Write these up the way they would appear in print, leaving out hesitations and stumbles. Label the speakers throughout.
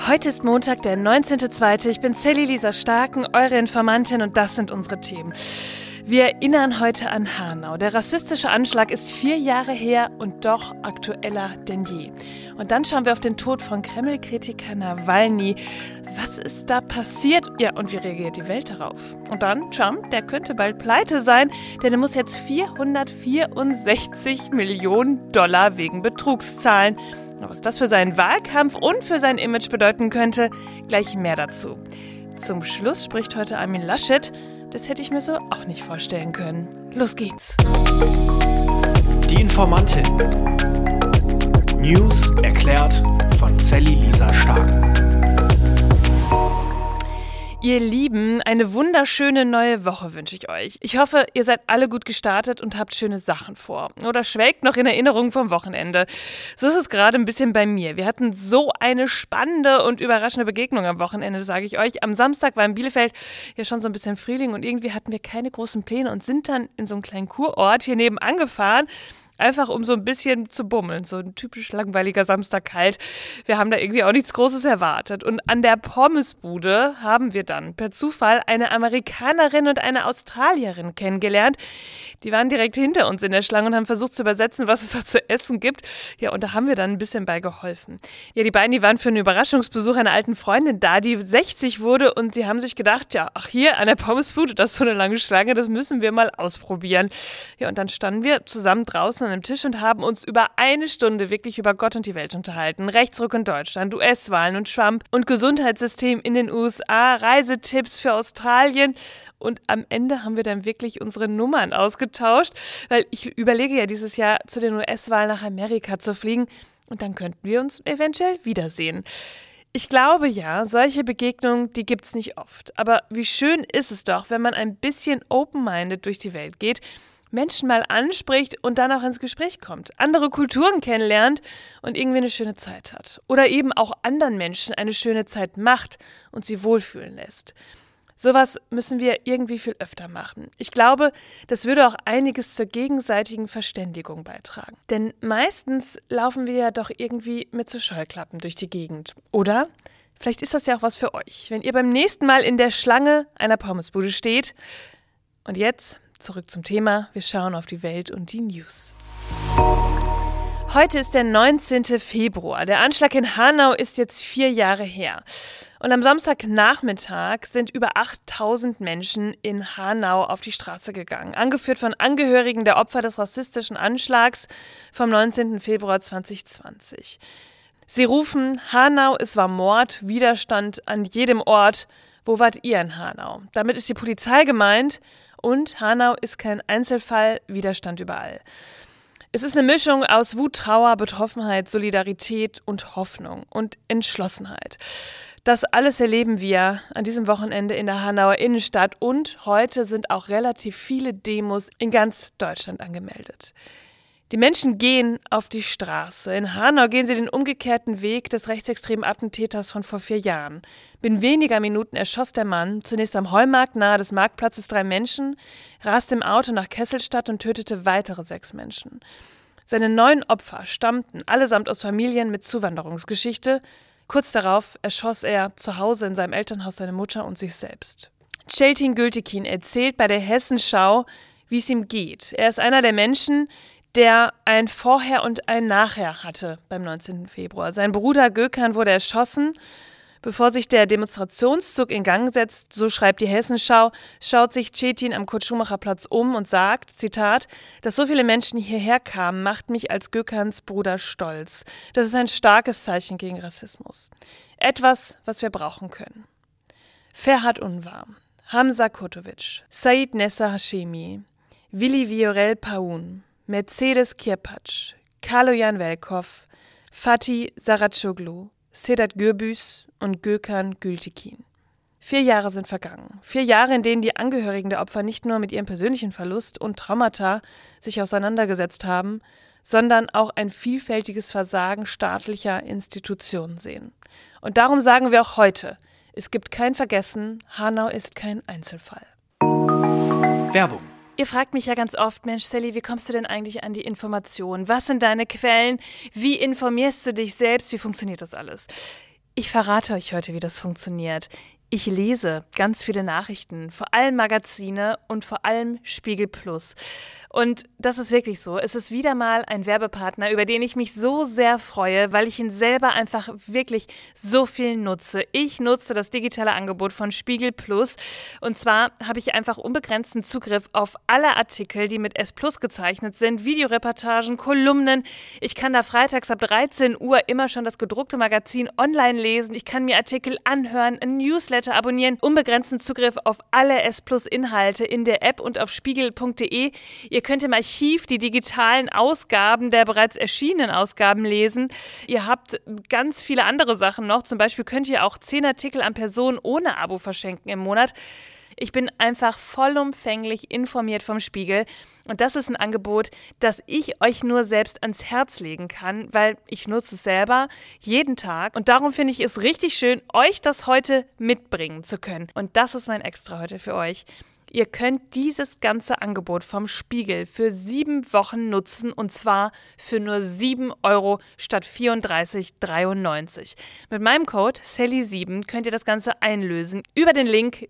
Speaker 1: Heute ist Montag, der 19.02. Ich bin Sally Lisa Starken, eure Informantin, und das sind unsere Themen. Wir erinnern heute an Hanau. Der rassistische Anschlag ist 4 Jahre her und doch aktueller denn je. Und dann schauen wir auf den Tod von Kreml-Kritiker Nawalny. Was ist da passiert? Ja, und wie reagiert die Welt darauf? Und dann Trump, der könnte bald pleite sein, denn er muss jetzt 464 Millionen Dollar wegen Betrugs zahlen. Was das für seinen Wahlkampf und für sein Image bedeuten könnte, gleich mehr dazu. Zum Schluss spricht heute Armin Laschet. Das hätte ich mir so auch nicht vorstellen können. Los geht's.
Speaker 2: Die Informantin. News erklärt von Sally Lisa Starken.
Speaker 1: Ihr Lieben, eine wunderschöne neue Woche wünsche ich euch. Ich hoffe, ihr seid alle gut gestartet und habt schöne Sachen vor. Oder schwelgt noch in Erinnerung vom Wochenende. So ist es gerade ein bisschen bei mir. Wir hatten so eine spannende und überraschende Begegnung am Wochenende, sage ich euch. Am Samstag war in Bielefeld ja schon so ein bisschen Frühling und irgendwie hatten wir keine großen Pläne und sind dann in so einen kleinen Kurort hier nebenan gefahren. Einfach um so ein bisschen zu bummeln, so ein typisch langweiliger Samstag halt. Wir haben da irgendwie auch nichts Großes erwartet. Und an der Pommesbude haben wir dann per Zufall eine Amerikanerin und eine Australierin kennengelernt. Die waren direkt hinter uns in der Schlange und haben versucht zu übersetzen, was es da zu essen gibt. Ja, und da haben wir dann ein bisschen bei geholfen. Ja, die beiden, die waren für einen Überraschungsbesuch einer alten Freundin da, die 60 wurde, und sie haben sich gedacht, ja, ach hier an der Pommesbude, das ist so eine lange Schlange, das müssen wir mal ausprobieren. Ja, und dann standen wir zusammen draußen an einem Tisch und haben uns über 1 Stunde wirklich über Gott und die Welt unterhalten. Rechtsruck in Deutschland, US-Wahlen und Trump und Gesundheitssystem in den USA, Reisetipps für Australien. Und am Ende haben wir dann wirklich unsere Nummern ausgetauscht, weil ich überlege ja dieses Jahr zu den US-Wahlen nach Amerika zu fliegen und dann könnten wir uns eventuell wiedersehen. Ich glaube ja, solche Begegnungen, die gibt's nicht oft. Aber wie schön ist es doch, wenn man ein bisschen open-minded durch die Welt geht, Menschen mal anspricht und dann auch ins Gespräch kommt, andere Kulturen kennenlernt und irgendwie eine schöne Zeit hat. Oder eben auch anderen Menschen eine schöne Zeit macht und sie wohlfühlen lässt. Sowas müssen wir irgendwie viel öfter machen. Ich glaube, das würde auch einiges zur gegenseitigen Verständigung beitragen. Denn meistens laufen wir ja doch irgendwie mit so Scheuklappen durch die Gegend, oder? Vielleicht ist das ja auch was für euch, wenn ihr beim nächsten Mal in der Schlange einer Pommesbude steht. Und jetzt zurück zum Thema. Wir schauen auf die Welt und die News. Heute ist der 19. Februar. Der Anschlag in Hanau ist jetzt 4 Jahre her. Und am Samstagnachmittag sind über 8.000 Menschen in Hanau auf die Straße gegangen, angeführt von Angehörigen der Opfer des rassistischen Anschlags vom 19. Februar 2020. Sie rufen: Hanau, es war Mord, Widerstand an jedem Ort. Wo wart ihr in Hanau? Damit ist die Polizei gemeint. Und Hanau ist kein Einzelfall, Widerstand überall. Es ist eine Mischung aus Wut, Trauer, Betroffenheit, Solidarität und Hoffnung und Entschlossenheit. Das alles erleben wir an diesem Wochenende in der Hanauer Innenstadt, und heute sind auch relativ viele Demos in ganz Deutschland angemeldet. Die Menschen gehen auf die Straße. In Hanau gehen sie den umgekehrten Weg des rechtsextremen Attentäters von vor 4 Jahren. Binnen weniger Minuten erschoss der Mann zunächst am Heumarkt nahe des Marktplatzes 3 Menschen, raste im Auto nach Kesselstadt und tötete weitere 6 Menschen. Seine 9 Opfer stammten allesamt aus Familien mit Zuwanderungsgeschichte. Kurz darauf erschoss er zu Hause in seinem Elternhaus seine Mutter und sich selbst. Çetin Gültekin erzählt bei der Hessenschau, wie es ihm geht. Er ist einer der Menschen, der ein Vorher und ein Nachher hatte beim 19. Februar. Sein Bruder Gökhan wurde erschossen. Bevor sich der Demonstrationszug in Gang setzt, so schreibt die Hessenschau, schaut sich Çetin am Kurt-Schumacher-Platz um und sagt, Zitat, dass so viele Menschen hierher kamen, macht mich als Gökhans Bruder stolz. Das ist ein starkes Zeichen gegen Rassismus. Etwas, was wir brauchen können. Ferhat Unvar, Hamza Kurtovic, Said Nessa Hashemi, Willi Viorel Paun, Mercedes Kirpac, Kaloyan Velkov, Fatih Saracoglu, Sedat Gürbüz und Gökhan Gültekin. 4 Jahre sind vergangen. 4 Jahre, in denen die Angehörigen der Opfer nicht nur mit ihrem persönlichen Verlust und Traumata sich auseinandergesetzt haben, sondern auch ein vielfältiges Versagen staatlicher Institutionen sehen. Und darum sagen wir auch heute, es gibt kein Vergessen, Hanau ist kein Einzelfall.
Speaker 2: Werbung.
Speaker 1: Ihr fragt mich ja ganz oft, Mensch Sally, wie kommst du denn eigentlich an die Informationen? Was sind deine Quellen? Wie informierst du dich selbst? Wie funktioniert das alles? Ich verrate euch heute, wie das funktioniert. Ich lese ganz viele Nachrichten, vor allem Magazine und vor allem Spiegel Plus. Und das ist wirklich so. Es ist wieder mal ein Werbepartner, über den ich mich so sehr freue, weil ich ihn selber einfach wirklich so viel nutze. Ich nutze das digitale Angebot von Spiegel Plus. Und zwar habe ich einfach unbegrenzten Zugriff auf alle Artikel, die mit S Plus gezeichnet sind, Videoreportagen, Kolumnen. Ich kann da freitags ab 13 Uhr immer schon das gedruckte Magazin online lesen. Ich kann mir Artikel anhören, ein Newsletter abonnieren, unbegrenzten Zugriff auf alle S Plus Inhalte in der App und auf spiegel.de. Ihr könnt im Archiv die digitalen Ausgaben der bereits erschienenen Ausgaben lesen. Ihr habt ganz viele andere Sachen noch. Zum Beispiel könnt ihr auch 10 Artikel an Personen ohne Abo verschenken im Monat. Ich bin einfach vollumfänglich informiert vom Spiegel. Und das ist ein Angebot, das ich euch nur selbst ans Herz legen kann, weil ich nutze es selber jeden Tag. Und darum finde ich es richtig schön, euch das heute mitbringen zu können. Und das ist mein Extra heute für euch. Ihr könnt dieses ganze Angebot vom Spiegel für 7 Wochen nutzen und zwar für nur 7 € statt 34,93. Mit meinem Code Sally7 könnt ihr das Ganze einlösen über den Link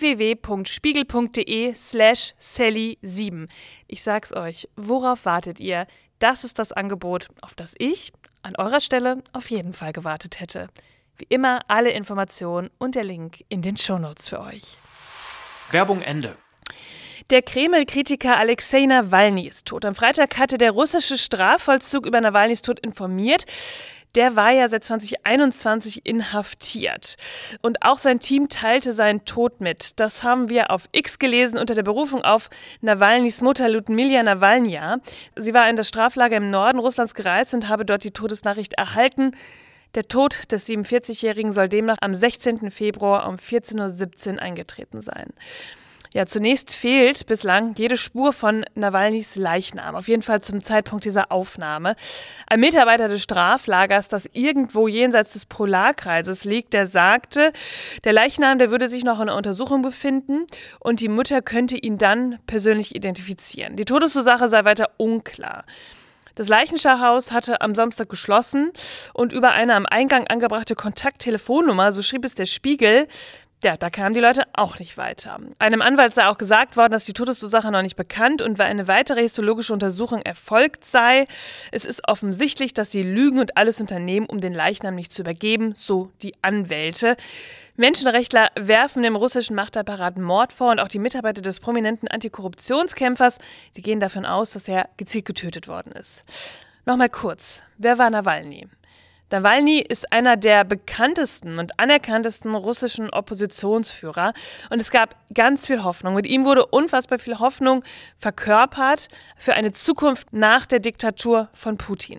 Speaker 1: www.spiegel.de/Sally7. Ich sag's euch, worauf wartet ihr? Das ist das Angebot, auf das ich an eurer Stelle auf jeden Fall gewartet hätte. Wie immer alle Informationen und der Link in den Shownotes für euch.
Speaker 2: Werbung Ende.
Speaker 1: Der Kreml-Kritiker Alexei Nawalny ist tot. Am Freitag hatte der russische Strafvollzug über Nawalnys Tod informiert. Der war ja seit 2021 inhaftiert. Und auch sein Team teilte seinen Tod mit. Das haben wir auf X gelesen unter der Berufung auf Nawalnys Mutter Lyudmila Nawalnja. Sie war in das Straflager im Norden Russlands gereist und habe dort die Todesnachricht erhalten. Der Tod des 47-Jährigen soll demnach am 16. Februar um 14:17 Uhr eingetreten sein. Ja, zunächst fehlt bislang jede Spur von Nawalnys Leichnam, auf jeden Fall zum Zeitpunkt dieser Aufnahme. Ein Mitarbeiter des Straflagers, das irgendwo jenseits des Polarkreises liegt, der sagte, der Leichnam, der würde sich noch in der Untersuchung befinden und die Mutter könnte ihn dann persönlich identifizieren. Die Todesursache sei weiter unklar. Das Leichenschauhaus hatte am Samstag geschlossen und über eine am Eingang angebrachte Kontakttelefonnummer, so schrieb es der Spiegel, ja, da kamen die Leute auch nicht weiter. Einem Anwalt sei auch gesagt worden, dass die Todesursache noch nicht bekannt und weil eine weitere histologische Untersuchung erfolgt sei. Es ist offensichtlich, dass sie lügen und alles unternehmen, um den Leichnam nicht zu übergeben, so die Anwälte. Menschenrechtler werfen dem russischen Machtapparat Mord vor und auch die Mitarbeiter des prominenten Antikorruptionskämpfers, sie gehen davon aus, dass er gezielt getötet worden ist. Nochmal kurz, wer war Nawalny? Nawalny ist einer der bekanntesten und anerkanntesten russischen Oppositionsführer und es gab ganz viel Hoffnung. Mit ihm wurde unfassbar viel Hoffnung verkörpert für eine Zukunft nach der Diktatur von Putin.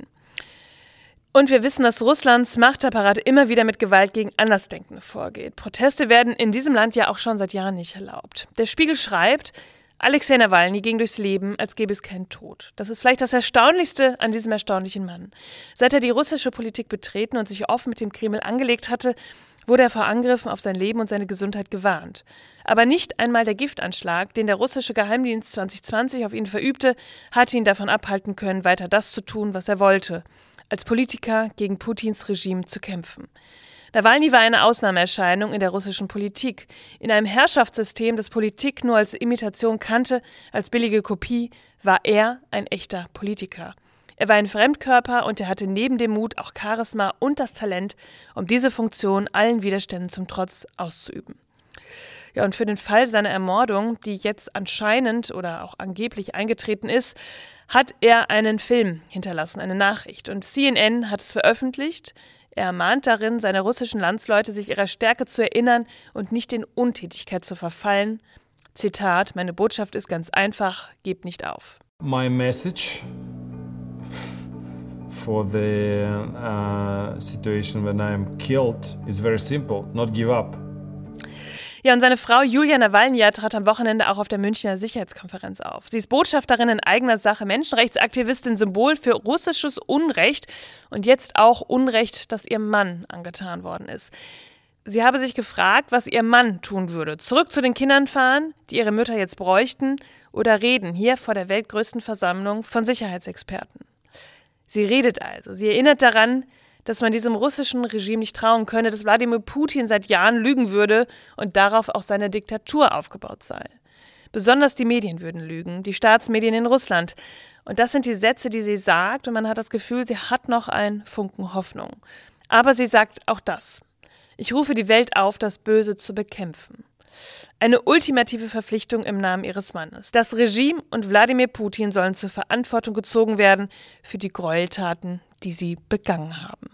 Speaker 1: Und wir wissen, dass Russlands Machtapparat immer wieder mit Gewalt gegen Andersdenkende vorgeht. Proteste werden in diesem Land ja auch schon seit Jahren nicht erlaubt. Der Spiegel schreibt, Alexei Nawalny ging durchs Leben, als gäbe es keinen Tod. Das ist vielleicht das Erstaunlichste an diesem erstaunlichen Mann. Seit er die russische Politik betreten und sich offen mit dem Kreml angelegt hatte, wurde er vor Angriffen auf sein Leben und seine Gesundheit gewarnt. Aber nicht einmal der Giftanschlag, den der russische Geheimdienst 2020 auf ihn verübte, hatte ihn davon abhalten können, weiter das zu tun, was er wollte, als Politiker gegen Putins Regime zu kämpfen. Nawalny war eine Ausnahmeerscheinung in der russischen Politik. In einem Herrschaftssystem, das Politik nur als Imitation kannte, als billige Kopie, war er ein echter Politiker. Er war ein Fremdkörper und er hatte neben dem Mut auch Charisma und das Talent, um diese Funktion allen Widerständen zum Trotz auszuüben. Ja, und für den Fall seiner Ermordung, die jetzt anscheinend oder auch angeblich eingetreten ist, hat er einen Film hinterlassen, eine Nachricht. Und CNN hat es veröffentlicht. Er mahnt darin, seine russischen Landsleute, sich ihrer Stärke zu erinnern und nicht in Untätigkeit zu verfallen. Zitat, meine Botschaft ist ganz einfach, gebt nicht auf.
Speaker 3: My message for the situation when I'm killed is very simple, not give up.
Speaker 1: Ja, und seine Frau Julia Nawalnja trat am Wochenende auch auf der Münchner Sicherheitskonferenz auf. Sie ist Botschafterin in eigener Sache, Menschenrechtsaktivistin, Symbol für russisches Unrecht und jetzt auch Unrecht, das ihrem Mann angetan worden ist. Sie habe sich gefragt, was ihr Mann tun würde. Zurück zu den Kindern fahren, die ihre Mütter jetzt bräuchten, oder reden hier vor der weltgrößten Versammlung von Sicherheitsexperten. Sie redet also. Sie erinnert daran, dass man diesem russischen Regime nicht trauen könne, dass Wladimir Putin seit Jahren lügen würde und darauf auch seine Diktatur aufgebaut sei. Besonders die Medien würden lügen, die Staatsmedien in Russland. Und das sind die Sätze, die sie sagt, und man hat das Gefühl, sie hat noch einen Funken Hoffnung. Aber sie sagt auch das: Ich rufe die Welt auf, das Böse zu bekämpfen. Eine ultimative Verpflichtung im Namen ihres Mannes. Das Regime und Wladimir Putin sollen zur Verantwortung gezogen werden für die Gräueltaten, die sie begangen haben.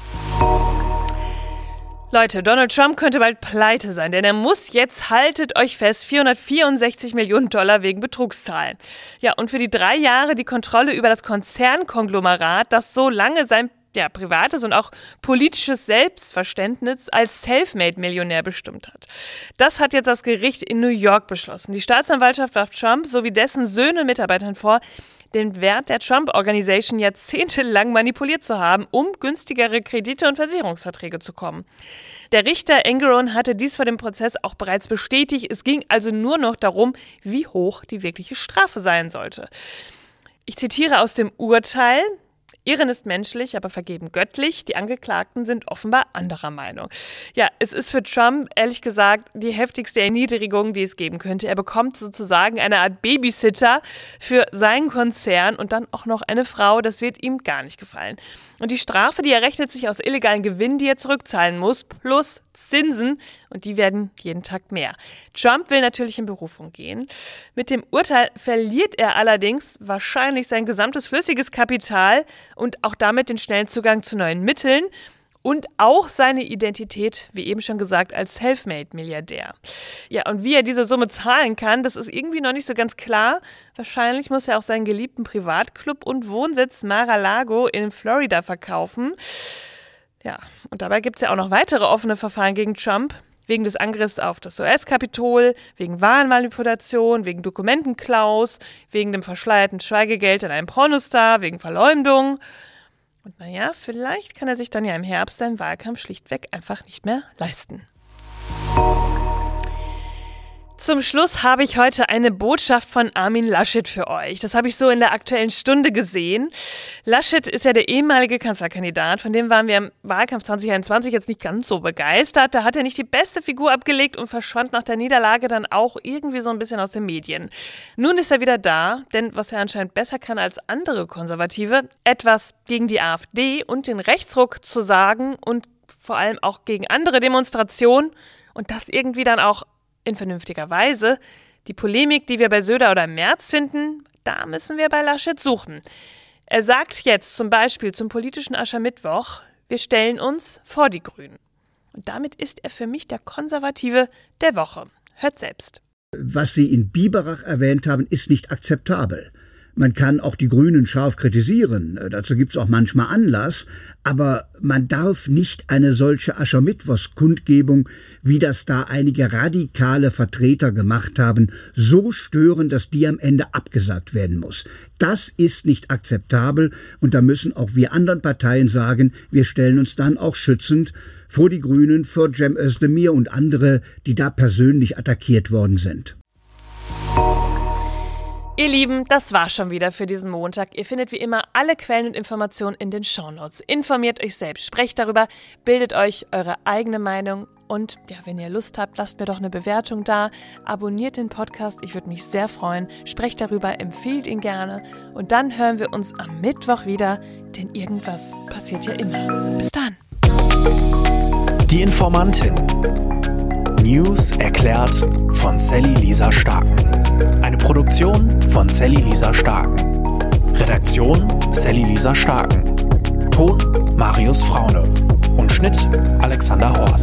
Speaker 1: Leute, Donald Trump könnte bald pleite sein, denn er muss jetzt, haltet euch fest, $464 Millionen wegen Betrugs zahlen. Ja, und für die 3 Jahre die Kontrolle über das Konzernkonglomerat, das so lange sein privates und auch politisches Selbstverständnis als Selfmade-Millionär bestimmt hat. Das hat jetzt das Gericht in New York beschlossen. Die Staatsanwaltschaft warf Trump sowie dessen Söhne und Mitarbeitern vor, den Wert der Trump Organization jahrzehntelang manipuliert zu haben, um günstigere Kredite und Versicherungsverträge zu bekommen. Der Richter Engeron hatte dies vor dem Prozess auch bereits bestätigt. Es ging also nur noch darum, wie hoch die wirkliche Strafe sein sollte. Ich zitiere aus dem Urteil: Irren ist menschlich, aber Vergeben göttlich. Die Angeklagten sind offenbar anderer Meinung. Ja, es ist für Trump, ehrlich gesagt, die heftigste Erniedrigung, die es geben könnte. Er bekommt sozusagen eine Art Babysitter für seinen Konzern und dann auch noch eine Frau. Das wird ihm gar nicht gefallen. Und die Strafe, die errechnet sich aus illegalen Gewinnen, die er zurückzahlen muss, plus Zinsen. Und die werden jeden Tag mehr. Trump will natürlich in Berufung gehen. Mit dem Urteil verliert er allerdings wahrscheinlich sein gesamtes flüssiges Kapital und auch damit den schnellen Zugang zu neuen Mitteln und auch seine Identität, wie eben schon gesagt, als Selfmade-Milliardär. Ja, und wie er diese Summe zahlen kann, das ist irgendwie noch nicht so ganz klar. Wahrscheinlich muss er auch seinen geliebten Privatclub und Wohnsitz Mar-a-Lago in Florida verkaufen. Ja, und dabei gibt es ja auch noch weitere offene Verfahren gegen Trump. Wegen des Angriffs auf das US-Kapitol, wegen Wahlmanipulation, wegen Dokumentenklaus, wegen dem verschleierten Schweigegeld an einem Pornostar, wegen Verleumdung. Und naja, vielleicht kann er sich dann ja im Herbst seinen Wahlkampf schlichtweg einfach nicht mehr leisten. Zum Schluss habe ich heute eine Botschaft von Armin Laschet für euch. Das habe ich so in der Aktuellen Stunde gesehen. Laschet ist ja der ehemalige Kanzlerkandidat, von dem waren wir im Wahlkampf 2021 jetzt nicht ganz so begeistert. Da hat er nicht die beste Figur abgelegt und verschwand nach der Niederlage dann auch irgendwie so ein bisschen aus den Medien. Nun ist er wieder da, denn was er anscheinend besser kann als andere Konservative, etwas gegen die AfD und den Rechtsruck zu sagen und vor allem auch gegen andere Demonstrationen und das irgendwie dann auch in vernünftiger Weise. Die Polemik, die wir bei Söder oder Merz finden, da müssen wir bei Laschet suchen. Er sagt jetzt zum Beispiel zum politischen Aschermittwoch: Wir stellen uns vor die Grünen. Und damit ist er für mich der Konservative der Woche. Hört selbst.
Speaker 4: Was Sie in Biberach erwähnt haben, ist nicht akzeptabel. Man kann auch die Grünen scharf kritisieren, dazu gibt es auch manchmal Anlass, aber man darf nicht eine solche Aschermittwochskundgebung, wie das da einige radikale Vertreter gemacht haben, so stören, dass die am Ende abgesagt werden muss. Das ist nicht akzeptabel und da müssen auch wir anderen Parteien sagen, wir stellen uns dann auch schützend vor die Grünen, vor Cem Özdemir und andere, die da persönlich attackiert worden sind.
Speaker 1: Ihr Lieben, das war schon wieder für diesen Montag. Ihr findet wie immer alle Quellen und Informationen in den Shownotes. Informiert euch selbst, sprecht darüber, bildet euch eure eigene Meinung und ja, wenn ihr Lust habt, lasst mir doch eine Bewertung da, abonniert den Podcast, ich würde mich sehr freuen, sprecht darüber, empfiehlt ihn gerne und dann hören wir uns am Mittwoch wieder, denn irgendwas passiert ja immer. Bis dann.
Speaker 2: Die Informantin. News erklärt von Sally Lisa Starken. Eine Produktion von Sally Lisa Starken. Redaktion Sally Lisa Starken. Ton Marius Fraune. Und Schnitt Alexander Horst.